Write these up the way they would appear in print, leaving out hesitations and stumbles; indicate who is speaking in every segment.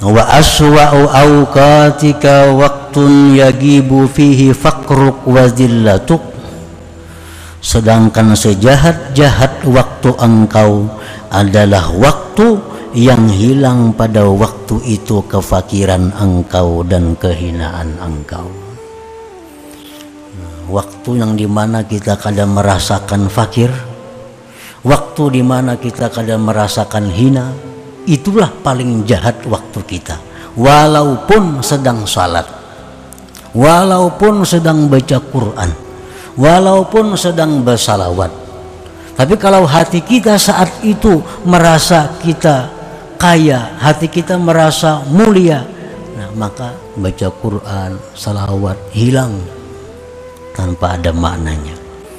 Speaker 1: wa aswa'u awqatika waqtun yagibu fihi faqruk wa zillatuk, sedangkan sejahat-jahat waktu engkau adalah waktu yang hilang pada waktu itu kefakiran engkau dan kehinaan engkau. Waktu yang dimana kita kadang merasakan fakir, waktu dimana kita kadang merasakan hina, itulah paling jahat waktu kita. Walaupun sedang salat, walaupun sedang baca Quran, walaupun sedang bersalawat, tapi kalau hati kita saat itu merasa kita kaya, hati kita merasa mulia, nah maka baca Quran, salawat hilang tanpa ada maknanya.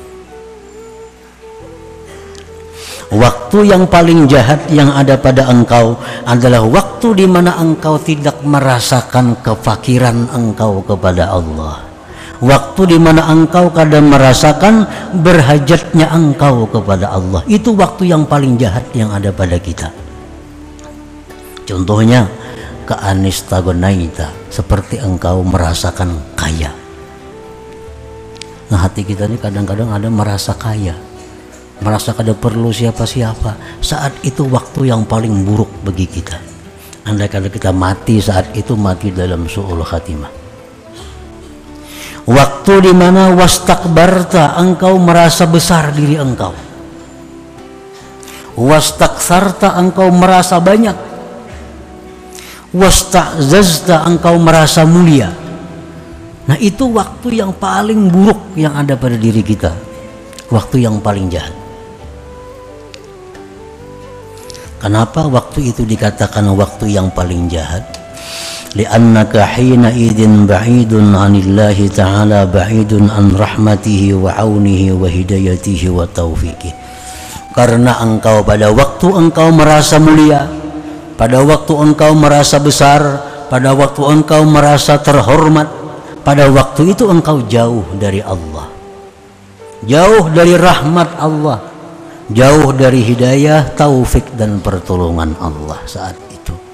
Speaker 1: Waktu yang paling jahat yang ada pada engkau adalah waktu di mana engkau tidak merasakan kefakiran engkau kepada Allah. Waktu di mana engkau kadang merasakan berhajatnya engkau kepada Allah. Itu waktu yang paling jahat yang ada pada kita. Contohnya keanistagonaita, seperti engkau merasakan kaya. Nah, hati kita ini kadang-kadang ada merasa kaya, merasa kada perlu siapa-siapa. Saat itu waktu yang paling buruk bagi kita. Andai kalau kita mati saat itu, mati dalam su'ul khatimah. Waktu di mana wastakbarta, engkau merasa besar diri engkau. Wastaksarta, engkau merasa banyak. Wasta'zazta, engkau merasa mulia. Nah, itu waktu yang paling buruk yang ada pada diri kita. Waktu yang paling jahat. Kenapa waktu itu dikatakan waktu yang paling jahat? Li'annaka hina idin ba'idun anillahi ta'ala, ba'idun an rahmatihi wa aunihi wa hidayatihi wa taufiqih. Karena engkau pada waktu engkau merasa mulia, pada waktu engkau merasa besar, pada waktu engkau merasa terhormat, pada waktu itu engkau jauh dari Allah, jauh dari rahmat Allah, jauh dari hidayah, taufik dan pertolongan Allah saat itu.